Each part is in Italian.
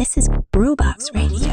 This is Brewbox Radio.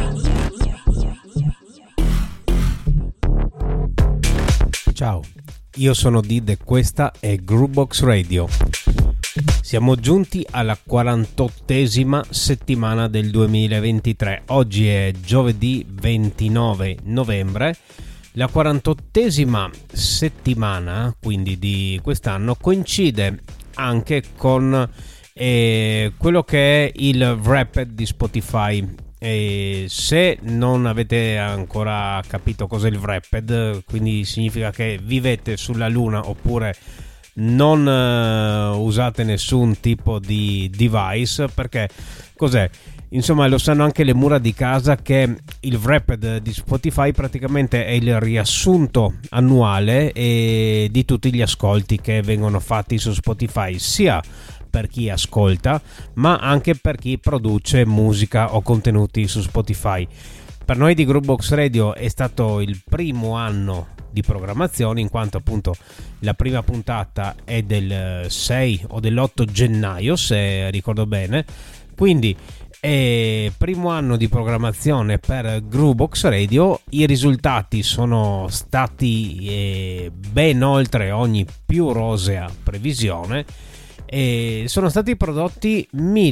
Ciao, io sono Did e questa è Groovebox Radio. Siamo giunti alla 48esima settimana del 2023. Oggi è giovedì 29 novembre. La 48esima settimana, quindi di quest'anno, coincide anche con quello che è il Wrapped di Spotify. E se non avete ancora capito cos'è il Wrapped, quindi significa che vivete sulla Luna oppure non usate nessun tipo di device, perché cos'è? Insomma, lo sanno anche le mura di casa che il Wrapped di Spotify praticamente è il riassunto annuale di tutti gli ascolti che vengono fatti su Spotify, sia per chi ascolta ma anche per chi produce musica o contenuti su Spotify. Per noi di Groovebox Radio è stato il primo anno di programmazione, in quanto appunto la prima puntata è del 6 o dell'8 gennaio, se ricordo bene, quindi primo anno di programmazione per Groovebox Radio. I risultati sono stati ben oltre ogni più rosea previsione e sono stati prodotti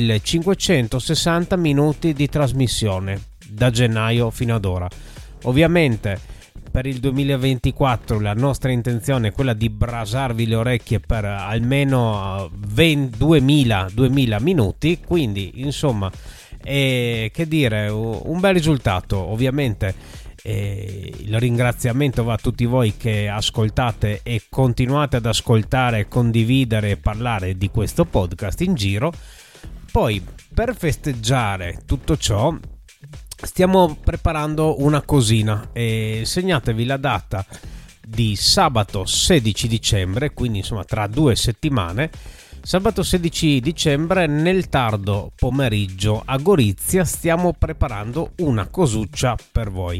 1560 minuti di trasmissione da gennaio fino ad ora. Ovviamente per il 2024 la nostra intenzione è quella di brasarvi le orecchie per almeno 2000 minuti, quindi insomma che dire, un bel risultato. Ovviamente il ringraziamento va a tutti voi che ascoltate e continuate ad ascoltare, condividere e parlare di questo podcast in giro. Poi, per festeggiare tutto ciò, stiamo preparando una cosina e segnatevi la data di sabato 16 dicembre, quindi insomma tra 2 settimane. Sabato 16 dicembre nel tardo pomeriggio a Gorizia stiamo preparando una cosuccia per voi.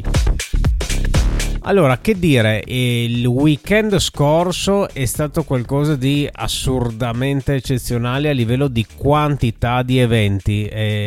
Allora, che dire, il weekend scorso è stato qualcosa di assurdamente eccezionale a livello di quantità di eventi,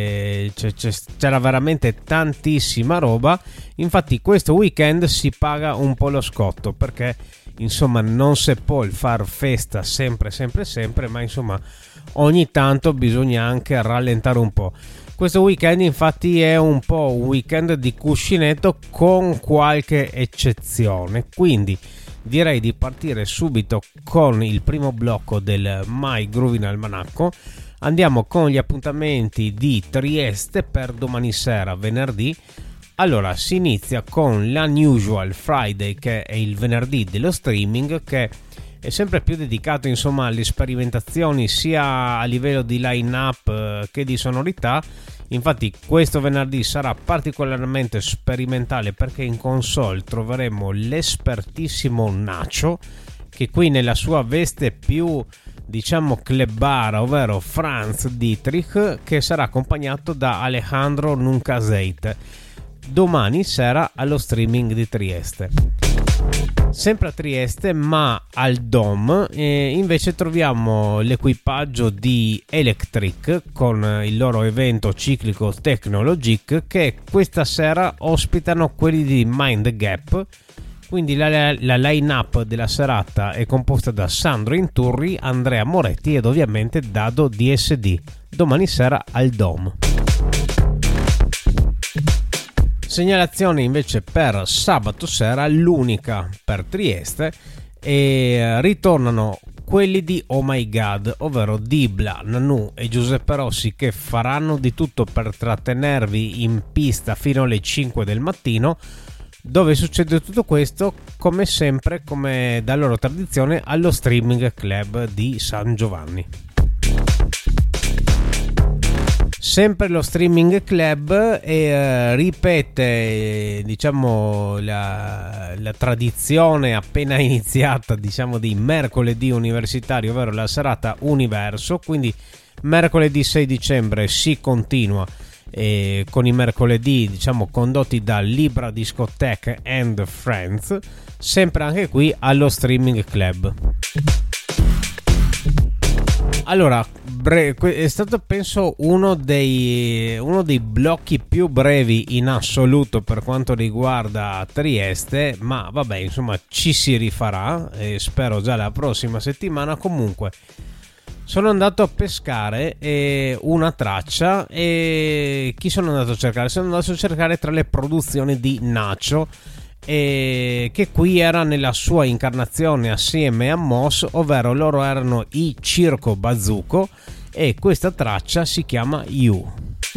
c'era veramente tantissima roba. Infatti questo weekend si paga un po' lo scotto, perché insomma non si può far festa sempre, ma insomma ogni tanto bisogna anche rallentare un po'. Questo weekend infatti è un po' un weekend di cuscinetto con qualche eccezione, quindi direi di partire subito con il primo blocco del My Groovin' Almanacco. Andiamo con gli appuntamenti di Trieste per domani sera, venerdì. Allora, si inizia con l'Unusual Friday, che è il venerdì dello streaming, che è sempre più dedicato insomma alle sperimentazioni sia a livello di line-up che di sonorità. Infatti questo venerdì sarà particolarmente sperimentale, perché in console troveremo l'espertissimo Nacho, che qui nella sua veste più diciamo clubbara, ovvero Franz Dietrich, che sarà accompagnato da Alejandro Nuncaseit domani sera allo streaming di Trieste. Sempre a Trieste, ma al Dom, invece troviamo l'equipaggio di Electric con il loro evento ciclico Technologic, che questa sera ospitano quelli di Mind Gap. Quindi la line-up della serata è composta da Sandro Inturri, Andrea Moretti ed ovviamente Dado DSD, domani sera al Dom. Segnalazione invece per sabato sera, l'unica per Trieste, e ritornano quelli di Oh My God, ovvero Dibla, Nanu e Giuseppe Rossi, che faranno di tutto per trattenervi in pista fino alle 5 del mattino, dove succede tutto questo come sempre, come da loro tradizione, allo Streaming Club di San Giovanni. Sempre lo Streaming Club ripete diciamo la tradizione appena iniziata, diciamo, di mercoledì universitario, ovvero la serata Universo. Quindi mercoledì 6 dicembre si continua con i mercoledì, diciamo, condotti da Libra Discotheque and Friends, sempre anche qui allo Streaming Club. Allora, è stato penso uno dei blocchi più brevi in assoluto per quanto riguarda Trieste, ma vabbè, insomma ci si rifarà e spero già la prossima settimana. Comunque sono andato a pescare una traccia, e chi sono andato a cercare? Sono andato a cercare tra le produzioni di Nacho, che qui era nella sua incarnazione assieme a Moss, ovvero loro erano i Circo Bazooko, e questa traccia si chiama You.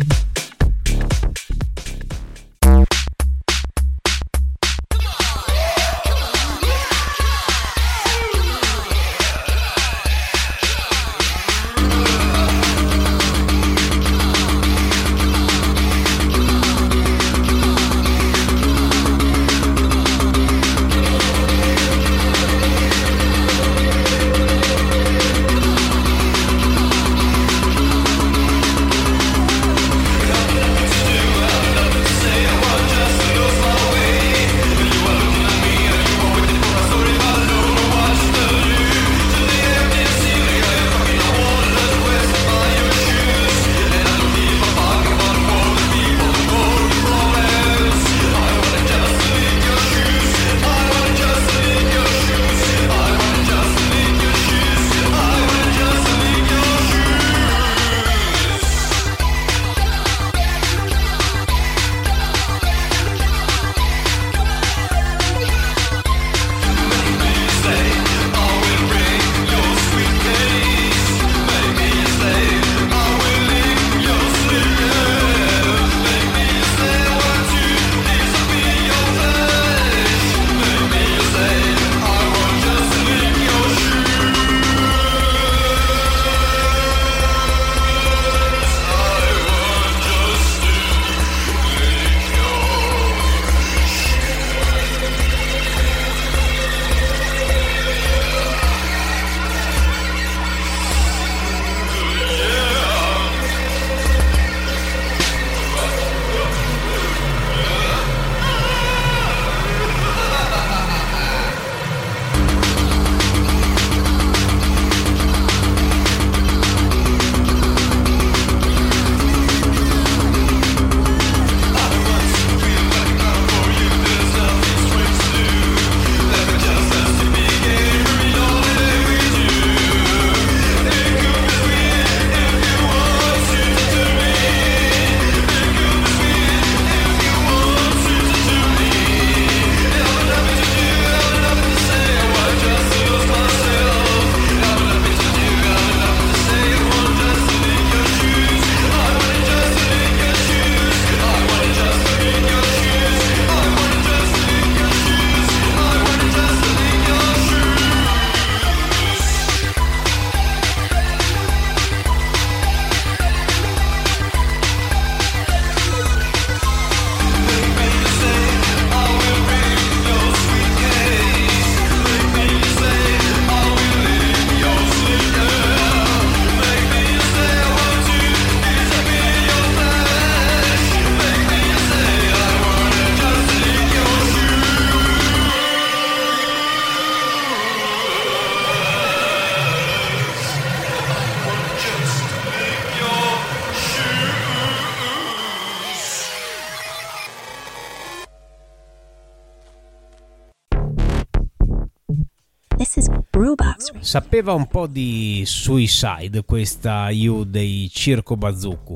Sapeva un po' di Suicide questa You dei Circo Bazooko.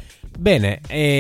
Bene,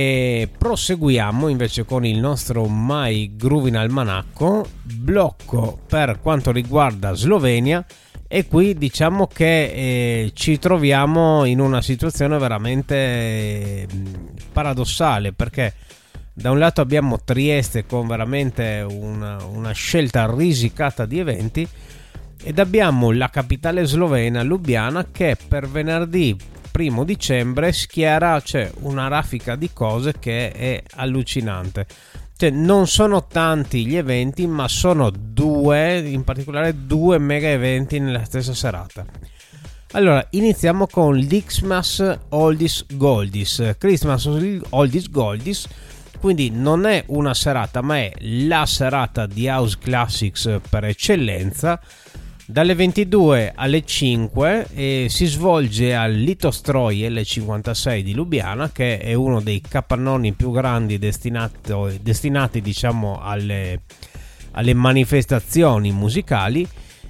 proseguiamo invece con il nostro My Groovin' Almanacco, blocco per quanto riguarda Slovenia, e qui diciamo che ci troviamo in una situazione veramente paradossale, perché da un lato abbiamo Trieste con veramente una scelta risicata di eventi, ed abbiamo la capitale slovena, Lubiana, che per venerdì 1 dicembre schiera una raffica di cose che è allucinante. Non sono tanti gli eventi, ma sono due, in particolare due mega eventi nella stessa serata. Allora, iniziamo con l'Xmas Oldies Goldies, Christmas Oldies Goldies, quindi non è una serata, ma è la serata di House Classics per eccellenza, Dalle 22 alle 5 si svolge al Litostroj L56 di Lubiana, che è uno dei capannoni più grandi destinati diciamo alle manifestazioni musicali.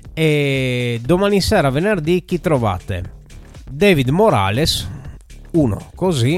E domani sera, venerdì, chi trovate? David Morales, uno così,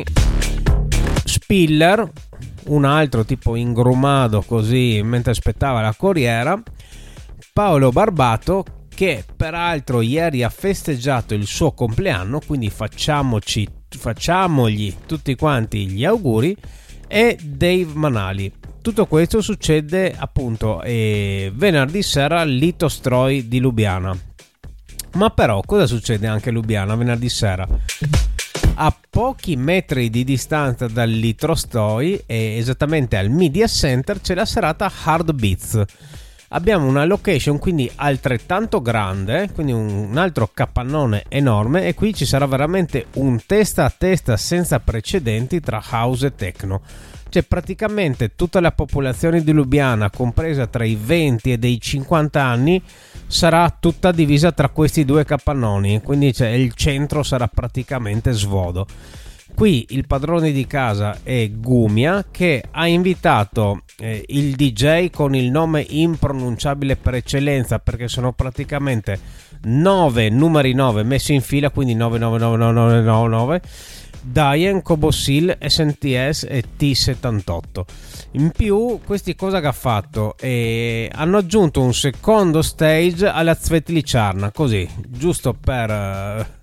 Spiller, un altro tipo ingrumato così mentre aspettava la corriera, Paolo Barbato, che peraltro ieri ha festeggiato il suo compleanno, quindi facciamogli tutti quanti gli auguri, e Dave Manali. Tutto questo succede appunto venerdì sera al Litostroj di Lubiana. Ma però cosa succede anche a Lubiana venerdì sera? A pochi metri di distanza dal Litostroj, esattamente al Media Center, c'è la serata Hard Beats. Abbiamo una location quindi altrettanto grande, quindi un altro capannone enorme, e qui ci sarà veramente un testa a testa senza precedenti tra house e techno. Cioè praticamente tutta la popolazione di Lubiana, compresa tra i 20 e i 50 anni, sarà tutta divisa tra questi due capannoni, quindi il centro sarà praticamente svuoto. Qui il padrone di casa è Gumia, che ha invitato il DJ con il nome impronunciabile per eccellenza, perché sono praticamente 9 numeri 9 messi in fila, quindi 99999, Diane, Kobosil, SNTS e T78. In più, questi cosa che ha fatto? Hanno aggiunto un secondo stage alla Cvetličarna, così, giusto per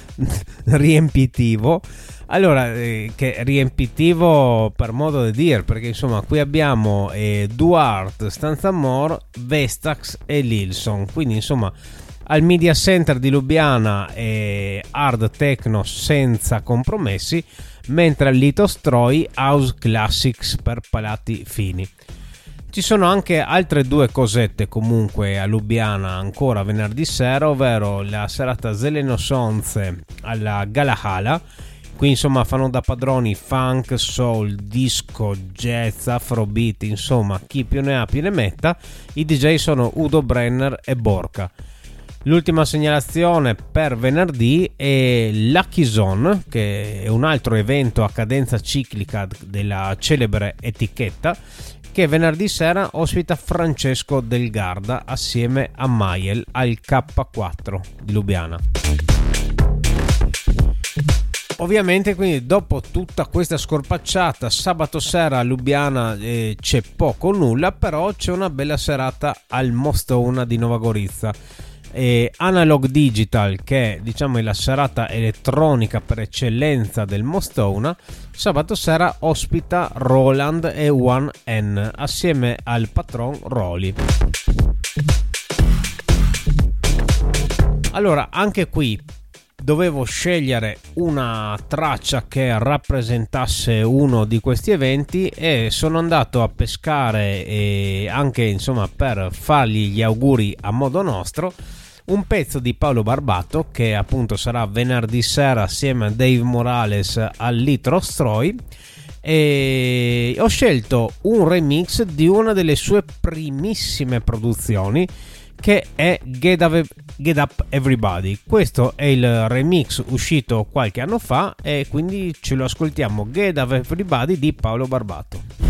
riempitivo. Allora, che riempitivo per modo di dire, perché insomma qui abbiamo Duarte, Stanzamor, Vestax e Lilson, quindi insomma al Media Center di Lubiana hard techno senza compromessi, mentre al Litostroj house classics per palati fini. Ci sono anche altre due cosette comunque a Lubiana ancora venerdì sera, ovvero la serata Zelenosonce alla Galahala. Qui insomma fanno da padroni funk, soul, disco, jazz, afrobeat, insomma chi più ne ha più ne metta. I DJ sono Udo Brenner e Borca. L'ultima segnalazione per venerdì è Lucky Zone, che è un altro evento a cadenza ciclica della celebre etichetta, che venerdì sera ospita Francesco Del Garda assieme a Maiel al K4 di Lubiana. Ovviamente quindi dopo tutta questa scorpacciata, sabato sera a Lubiana c'è poco o nulla, però c'è una bella serata al Mostona di Nova Gorica. Analog Digital, che diciamo è la serata elettronica per eccellenza del Mostona, sabato sera ospita Roland e 1N assieme al patron Roli. Allora anche qui dovevo scegliere una traccia che rappresentasse uno di questi eventi e sono andato a pescare, e anche insomma per fargli gli auguri a modo nostro, un pezzo di Paolo Barbato, che appunto sarà venerdì sera assieme a Dave Morales al Litostroj, e ho scelto un remix di una delle sue primissime produzioni, che è Get Up Everybody. Questo è il remix uscito qualche anno fa e quindi ce lo ascoltiamo. Get Up Everybody di Paolo Barbato.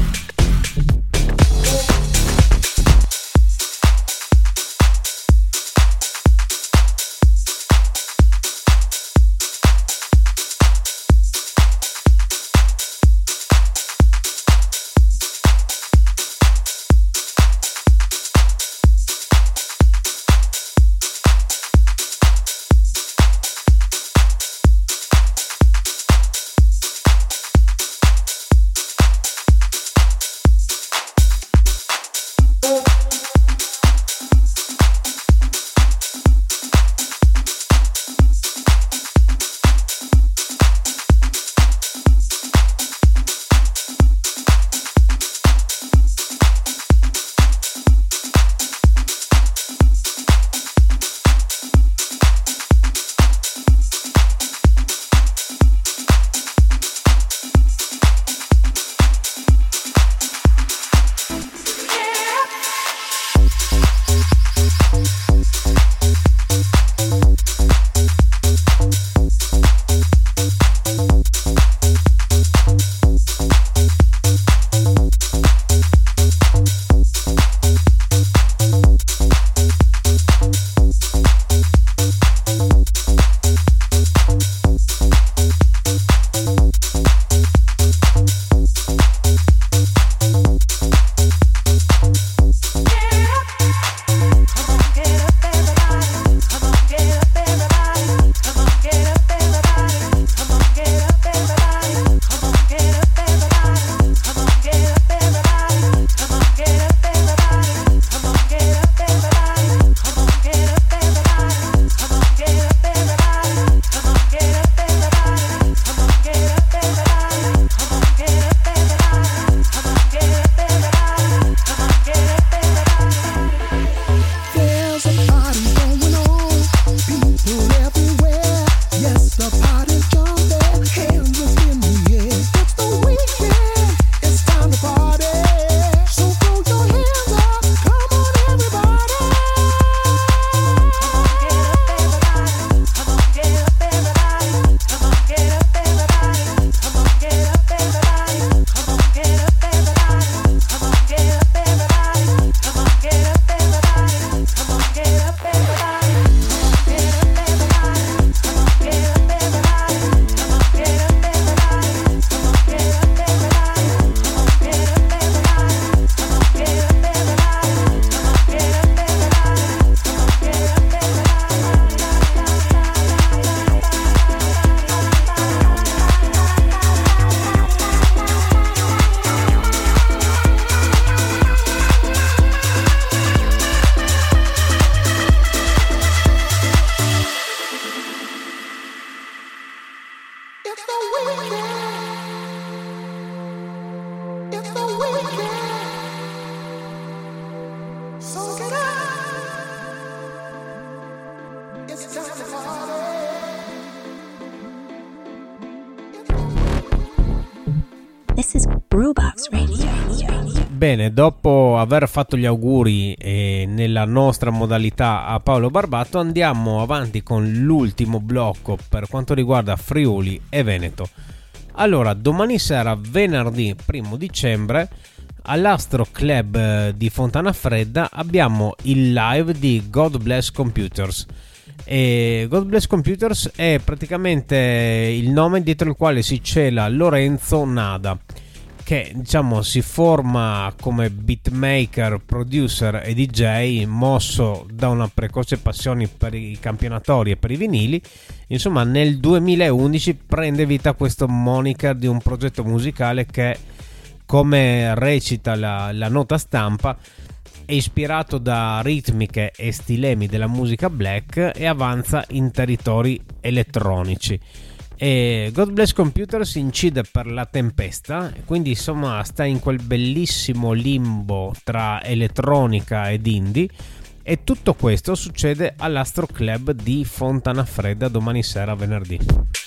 This is Brewbox Radio. Bene, dopo aver fatto gli auguri nella nostra modalità a Paolo Barbato, andiamo avanti con l'ultimo blocco per quanto riguarda Friuli e Veneto. Allora, domani sera, venerdì 1 dicembre, all'Astro Club di Fontana Fredda abbiamo il live di God Bless Computers. E God Bless Computers è praticamente il nome dietro il quale si cela Lorenzo Nada, che diciamo si forma come beatmaker, producer e DJ, mosso da una precoce passione per i campionatori e per i vinili. Insomma, nel 2011 prende vita questo moniker di un progetto musicale che, come recita la nota stampa, è ispirato da ritmiche e stilemi della musica black e avanza in territori elettronici. E God Bless Computers incide per La Tempesta, quindi insomma sta in quel bellissimo limbo tra elettronica ed indie, e tutto questo succede all'Astro Club di Fontana Fredda domani sera, venerdì.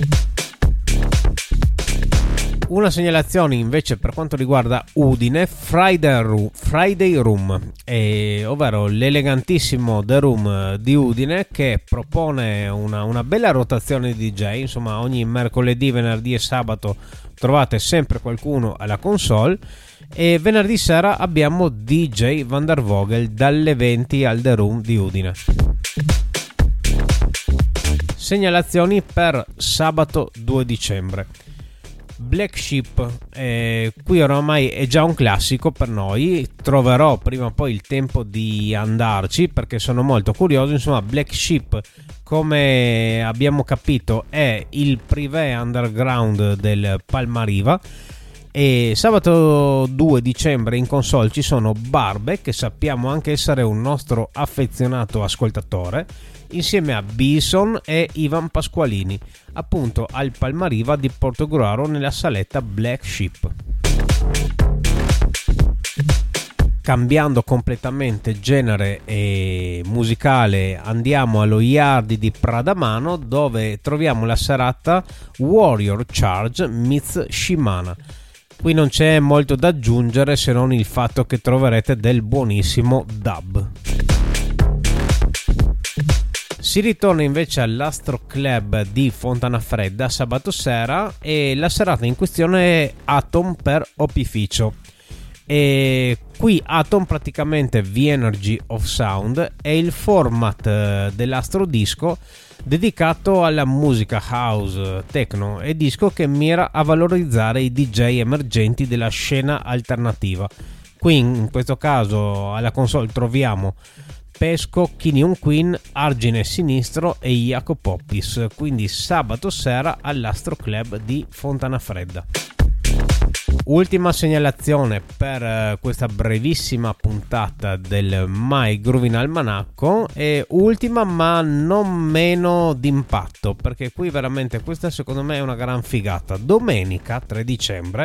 Una segnalazione invece per quanto riguarda Udine, Friday Room, ovvero l'elegantissimo The Room di Udine, che propone una bella rotazione di DJ. Insomma, ogni mercoledì, venerdì e sabato trovate sempre qualcuno alla console, e venerdì sera abbiamo DJ Van der Vogel dalle 20 al The Room di Udine. Segnalazioni per sabato 2 dicembre. Black Sheep, qui oramai è già un classico per noi, troverò prima o poi il tempo di andarci perché sono molto curioso. Insomma, Black Sheep, come abbiamo capito, è il privé underground del Palmariva, e sabato 2 dicembre in console ci sono Barbe, che sappiamo anche essere un nostro affezionato ascoltatore, insieme a Bison e Ivan Pasqualini, appunto al Palmariva di Portogruaro nella saletta Black Sheep. Cambiando completamente genere e musicale, andiamo allo Iardi di Pradamano, dove troviamo la serata Warrior Charge meets Shimana. Qui non c'è molto da aggiungere se non il fatto che troverete del buonissimo dub. Si ritorna invece all'Astro Club di Fontana Fredda sabato sera, e la serata in questione è Atom per Opificio. E qui Atom praticamente The Energy of Sound è il format dell'Astro Disco dedicato alla musica house, techno e disco, che mira a valorizzare i DJ emergenti della scena alternativa. Qui in questo caso alla console troviamo Pesco, Kinion Queen, Argine Sinistro e Jacopo Poppis, quindi sabato sera all'Astro Club di Fontana Fredda. Ultima segnalazione per questa brevissima puntata del My Groovin Almanacco, e ultima ma non meno d'impatto, perché qui veramente questa secondo me è una gran figata. Domenica 3 dicembre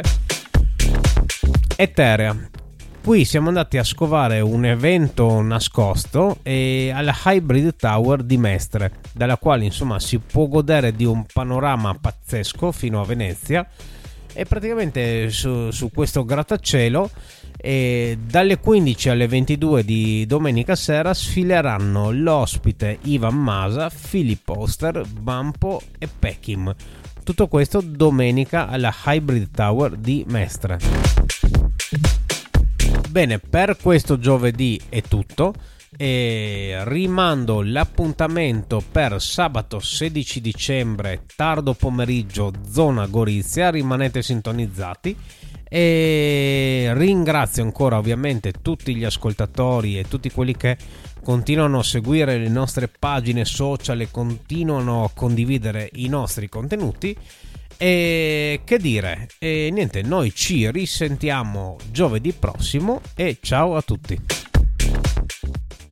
Eterea. Qui siamo andati a scovare un evento nascosto alla Hybrid Tower di Mestre, dalla quale insomma si può godere di un panorama pazzesco fino a Venezia. E praticamente su questo grattacielo, dalle 15 alle 22 di domenica sera sfileranno l'ospite Ivan Masa, Philip Oster, Bampo e Pekim. Tutto questo domenica alla Hybrid Tower di Mestre. Bene, per questo giovedì è tutto, e rimando l'appuntamento per sabato 16 dicembre tardo pomeriggio zona Gorizia. Rimanete sintonizzati, e ringrazio ancora ovviamente tutti gli ascoltatori e tutti quelli che continuano a seguire le nostre pagine social e continuano a condividere i nostri contenuti. E che dire, niente, noi ci risentiamo giovedì prossimo, e ciao a tutti.